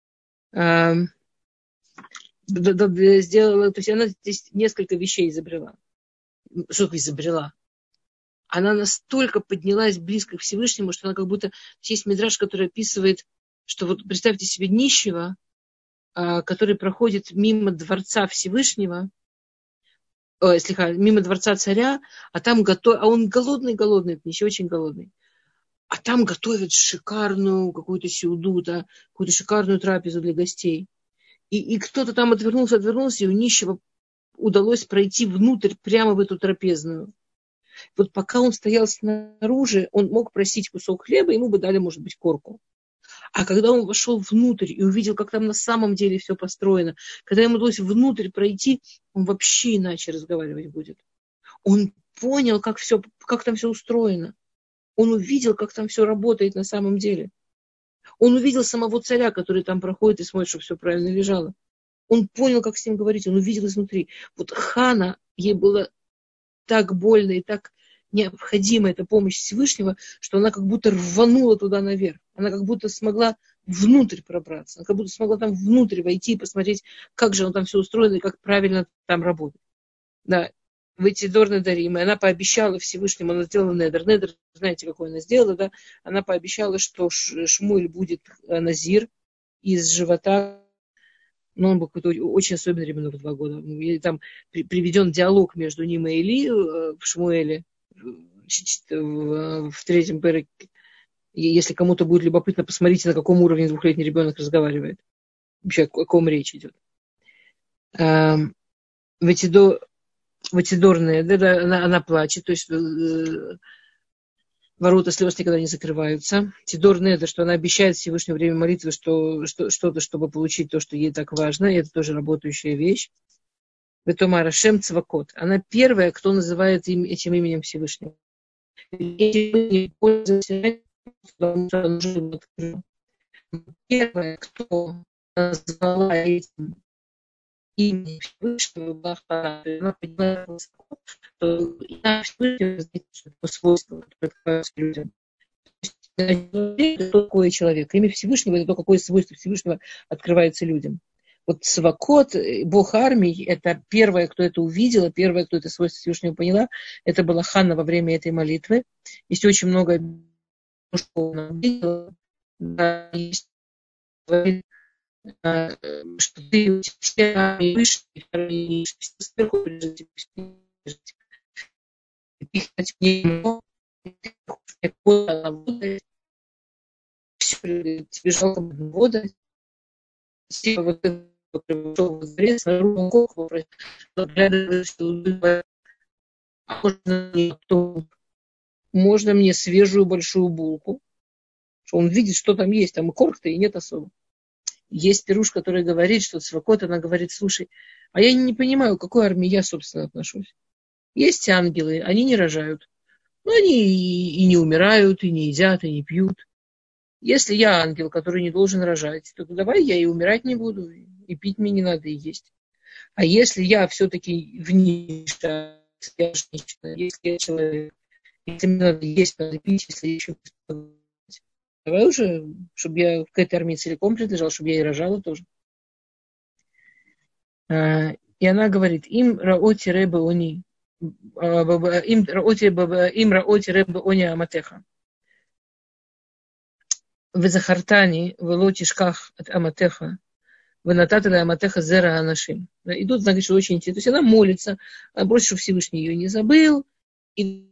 сделала, то есть она здесь несколько вещей изобрела. Что изобрела? Она настолько поднялась близко к Всевышнему, что она как будто... Есть мидраш, который описывает, что вот представьте себе нищего, который проходит мимо дворца Всевышнего, мимо дворца царя, а он голодный, нищий, очень голодный. А там готовят шикарную какую-то сеуду, да, какую-то шикарную трапезу для гостей. И кто-то там отвернулся, и у нищего удалось пройти внутрь, прямо в эту трапезную. Вот пока он стоял снаружи, он мог просить кусок хлеба, ему бы дали, может быть, корку. А когда он вошел внутрь и увидел, как там на самом деле все построено, когда ему удалось внутрь пройти, он вообще иначе разговаривать будет. Он понял, как там все устроено. Он увидел, как там все работает на самом деле. Он увидел самого царя, который там проходит и смотрит, чтобы все правильно лежало. Он понял, как с ним говорить, он увидел изнутри. Вот Хана, ей было так больно и так необходима эта помощь Всевышнего, что она как будто рванула туда наверх. Она как будто смогла внутрь пробраться. Она как будто смогла там внутрь войти и посмотреть, как же он там все устроено и как правильно там работает. Да. В эти Дорны Дарим, и она пообещала Всевышнему, она сделала недер. Недер, знаете, какой она сделала, да? Она пообещала, что Шмуэль будет назир из живота, но он был какой-то очень особенный ребенок в 2 года. И там приведен диалог между ним и Эли в Шмуэле, в 3-м переке. Если кому-то будет любопытно, посмотрите, на каком уровне 2-летний ребенок разговаривает. Вообще, о ком речь идет. В эти Дорные, да, она плачет, то есть ворота слез никогда не закрываются. Тидор Недер, что она обещает Всевышнему время молитвы, что-то, чтобы получить то, что ей так важно. И это тоже работающая вещь. Ветомара Шем Цвакот. Она первая, кто называет этим именем Всевышнего. Первая, кто назвала этим именем Всевышнего, была Хана. Она подняла высоко, что имя Всевышнего по свойству, которое открывается людям. Это такой человек. Имя Всевышнего – это то, какое свойство Всевышнего открывается людям. Вот Цвакот, бог армий, это первая, кто это увидела, первая, кто это свойство Всевышнего поняла. Это была Ханна во время этой молитвы. Есть очень много, что она увидела. Да, есть, что ты все армии выше, и сверху прижать, тебе жалко вода, все вот это пришел в дворец, на руку попросил, можно мне свежую большую булку, что он видит, что там есть, там и корк-то и нет особо. Есть пируш, который говорит, что Цвакот, она говорит, слушай, а я не понимаю, к какой армии я, собственно, отношусь. Есть ангелы, они не рожают, но они и не умирают, и не едят, и не пьют. Если я ангел, который не должен рожать, то давай я и умирать не буду, и пить мне не надо, и есть. А если я все-таки внешне, я женщина, если я человек, если мне надо есть, надо пить, если я еще... Давай уже, чтобы я к этой армии целиком принадлежала, чтобы я и рожала тоже. И она говорит, им раоти рэбэ они, им раоти рэбэ они аматеха. В захартани, в лотишках от аматеха, в нататали аматеха зера анашим. Идут, значит, что очень интересно. То есть она молится, она просит, чтобы Всевышний ее не забыл. И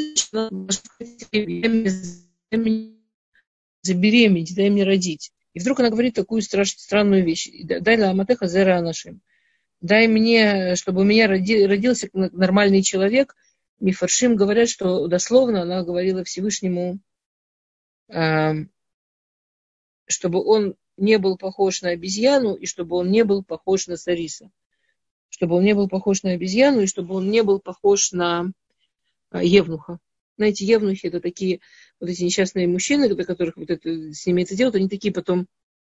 забеременеть, дай мне родить. И вдруг она говорит такую странную вещь. Дай ла аматеха зера анашим. Дай мне, чтобы у меня родился нормальный человек. Мифаршим говорят, что дословно она говорила Всевышнему, чтобы он не был похож на обезьяну, и чтобы он не был похож на сариса. Чтобы он не был похож на обезьяну, и чтобы он не был похож на евнуха. Знаете, евнухи — это такие вот эти несчастные мужчины, до которых вот это, с ними это делают, они такие потом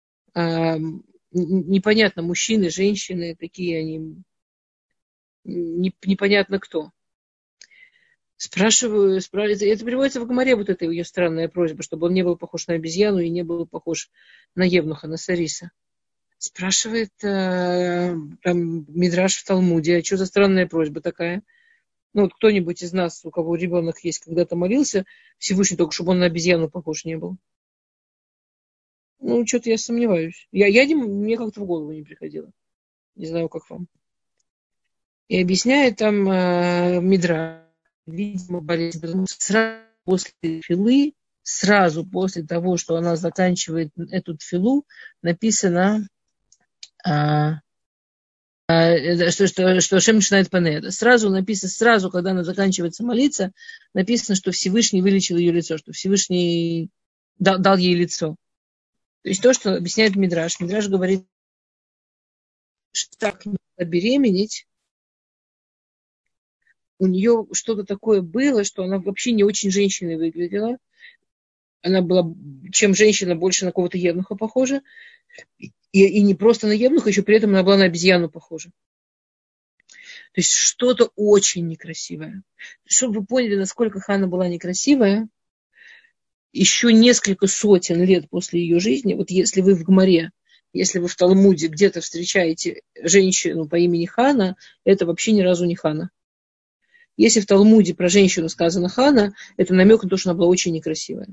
непонятно, мужчины, женщины, такие они непонятно кто. Спрашиваю, это приводится в Гемаре, вот эта ее странная просьба, чтобы он не был похож на обезьяну и не был похож на евнуха, на сариса. Спрашивает там Мидраш в Талмуде, а что за странная просьба такая? Ну вот кто-нибудь из нас, у кого ребенок есть, когда-то молился Всевышний только, чтобы он на обезьяну похож не был. Ну, что-то я сомневаюсь. Мне как-то в голову не приходило. Не знаю, как вам. И объясняет там Мидраш, видимо, болезнь, потому что сразу после филы, сразу после того, что она заканчивает эту филу, написано, что Шем начинает панеда. Сразу написано, когда она заканчивается молиться, написано, что Всевышний вылечил ее лицо, что Всевышний дал ей лицо. То есть то, что объясняет Мидраш. Мидраш говорит, что так беременеть, у нее что-то такое было, что она вообще не очень женщиной выглядела. Она была, чем женщина, больше на кого-то евнуха похожа. И не просто на евнуха, еще при этом она была на обезьяну похожа. То есть что-то очень некрасивое. Чтобы вы поняли, насколько Ханна была некрасивая, еще несколько сотен лет после ее жизни, вот если вы в Гемаре, если вы в Талмуде где-то встречаете женщину по имени Хана, это вообще ни разу не Хана. Если в Талмуде про женщину сказано Хана, это намек на то, что она была очень некрасивая.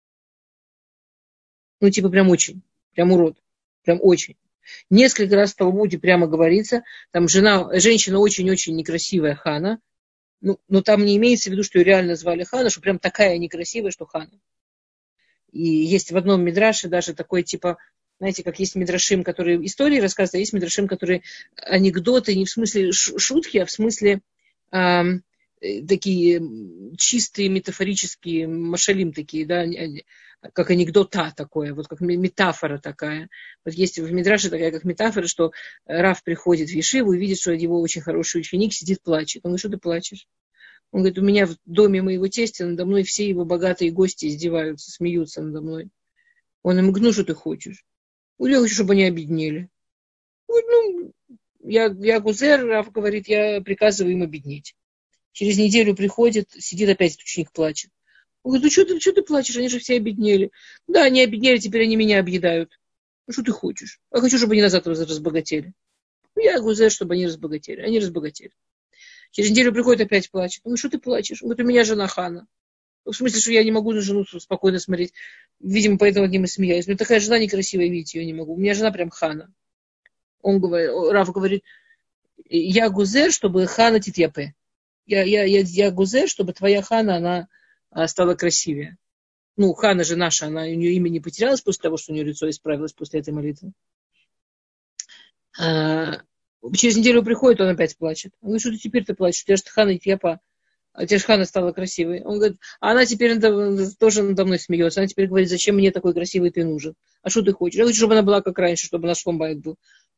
Ну, типа прям очень, прям урод, прям очень. Несколько раз в Талмуде прямо говорится, там женщина очень-очень некрасивая Хана, но там не имеется в виду, что ее реально звали Хана, что прям такая некрасивая, что Хана. И есть в одном мидраше даже такой типа, знаете, как есть мидрашим, которые истории рассказывают, а есть мидрашим, которые анекдоты не в смысле шутки, а в смысле такие чистые метафорические машалим такие, да, как анекдота такое, вот как метафора такая. Вот есть в Мидраше такая как метафора, что Рав приходит в Ешиву и видит, что его очень хороший ученик сидит, плачет. Он говорит, что ты плачешь? Он говорит, у меня в доме моего тестя надо мной все его богатые гости издеваются, смеются надо мной. Он ему говорит, ну что ты хочешь? Я хочу, чтобы они обеднели. Ну, я гузер, Рав говорит, я приказываю им обеднеть. Через неделю приходит, сидит опять ученик, плачет. Он говорит, ну что ты плачешь, они же все обеднели. Да, они обеднели, теперь они меня объедают. Ну что ты хочешь? Я хочу, чтобы они на завтра разбогатели. Я гузер, чтобы они разбогатели. Они разбогатели. Через неделю приходит, опять плачет. Ну что ты плачешь? Он говорит, у меня жена Хана. В смысле, что я не могу на жену спокойно смотреть. Видимо, поэтому над ним и смеялись. У меня такая жена некрасивая, видите, ее не могу. У меня жена прям Хана. Он говорит, Рав говорит, я гузер, чтобы Хана титьяпе. Я гузер, чтобы твоя Хана, она стала красивее. Ну, Хана же наша, у нее имя не потерялось после того, что у нее лицо исправилось после этой молитвы. Через неделю приходит, он опять плачет. Он говорит, что ты теперь-то плачешь? У тебя же Хана титьяпа. А теперь Хана стала красивой. Он говорит, а она теперь тоже надо мной смеется. Она теперь говорит, зачем мне такой красивый ты нужен? А что ты хочешь? Я хочу, чтобы она была как раньше, чтобы наш шломбайт был.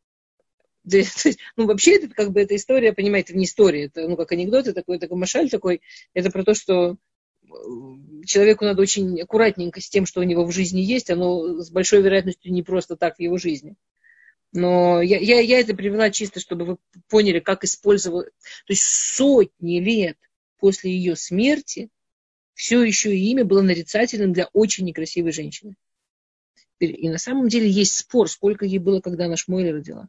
Ну, вообще, это как бы эта история, понимаете, это не история, это, ну, как анекдот, это такой машаль такой, это про то, что человеку надо очень аккуратненько с тем, что у него в жизни есть, оно с большой вероятностью не просто так в его жизни. Но я это привела чисто, чтобы вы поняли, как использовала, то есть сотни лет после ее смерти все еще и имя было нарицательным для очень некрасивой женщины. И на самом деле есть спор, сколько ей было, когда она Шмуэля родила.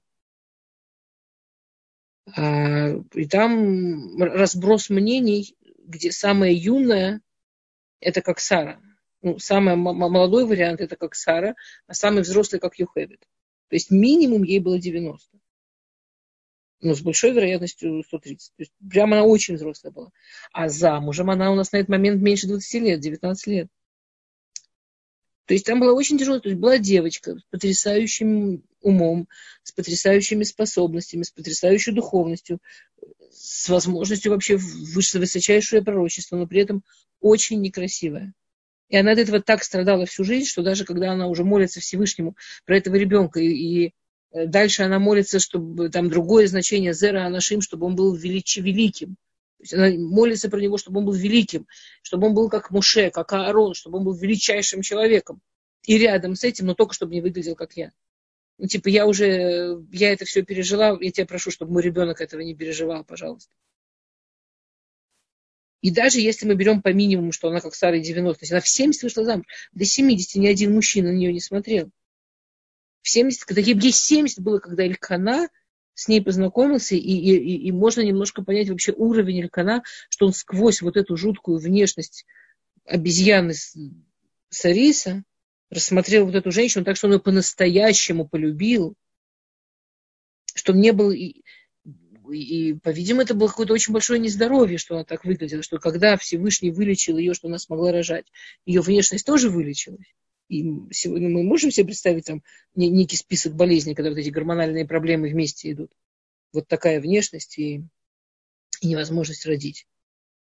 И там разброс мнений, где самая юная это как Сара. Ну, самый молодой вариант это как Сара, а самый взрослый как Йохевед. То есть минимум ей было 90. Но с большой вероятностью 130. То есть прямо она очень взрослая была. А замужем она у нас на этот момент меньше 20 лет, 19 лет. То есть там была очень тяжелая, то есть была девочка с потрясающим умом, с потрясающими способностями, с потрясающей духовностью, с возможностью вообще высочайшее пророчество, но при этом очень некрасивая. И она от этого так страдала всю жизнь, что даже когда она уже молится Всевышнему про этого ребенка, и дальше она молится, чтобы там другое значение Зера Анашим, чтобы он был великим. То есть она молится про него, чтобы он был великим, чтобы он был как Моше, как Аарон, чтобы он был величайшим человеком. И рядом с этим, но только чтобы не выглядел, как я. Ну, типа, я это все пережила, я тебя прошу, чтобы мой ребенок этого не переживал, пожалуйста. И даже если мы берем по минимуму, что она как Сара 90, то есть она в 70 вышла замуж, до 70 ни один мужчина на нее не смотрел. В 70, когда ей 70 было, когда Элькана с ней познакомился, и можно немножко понять вообще уровень Элькана, что он сквозь вот эту жуткую внешность обезьяны Сариса рассмотрел вот эту женщину так, что он ее по-настоящему полюбил, что он не был... И, по-видимому, это было какое-то очень большое нездоровье, что она так выглядела, что когда Всевышний вылечил ее, что она смогла рожать, ее внешность тоже вылечилась. И сегодня мы можем себе представить там некий список болезней, когда вот эти гормональные проблемы вместе идут. Вот такая внешность и невозможность родить.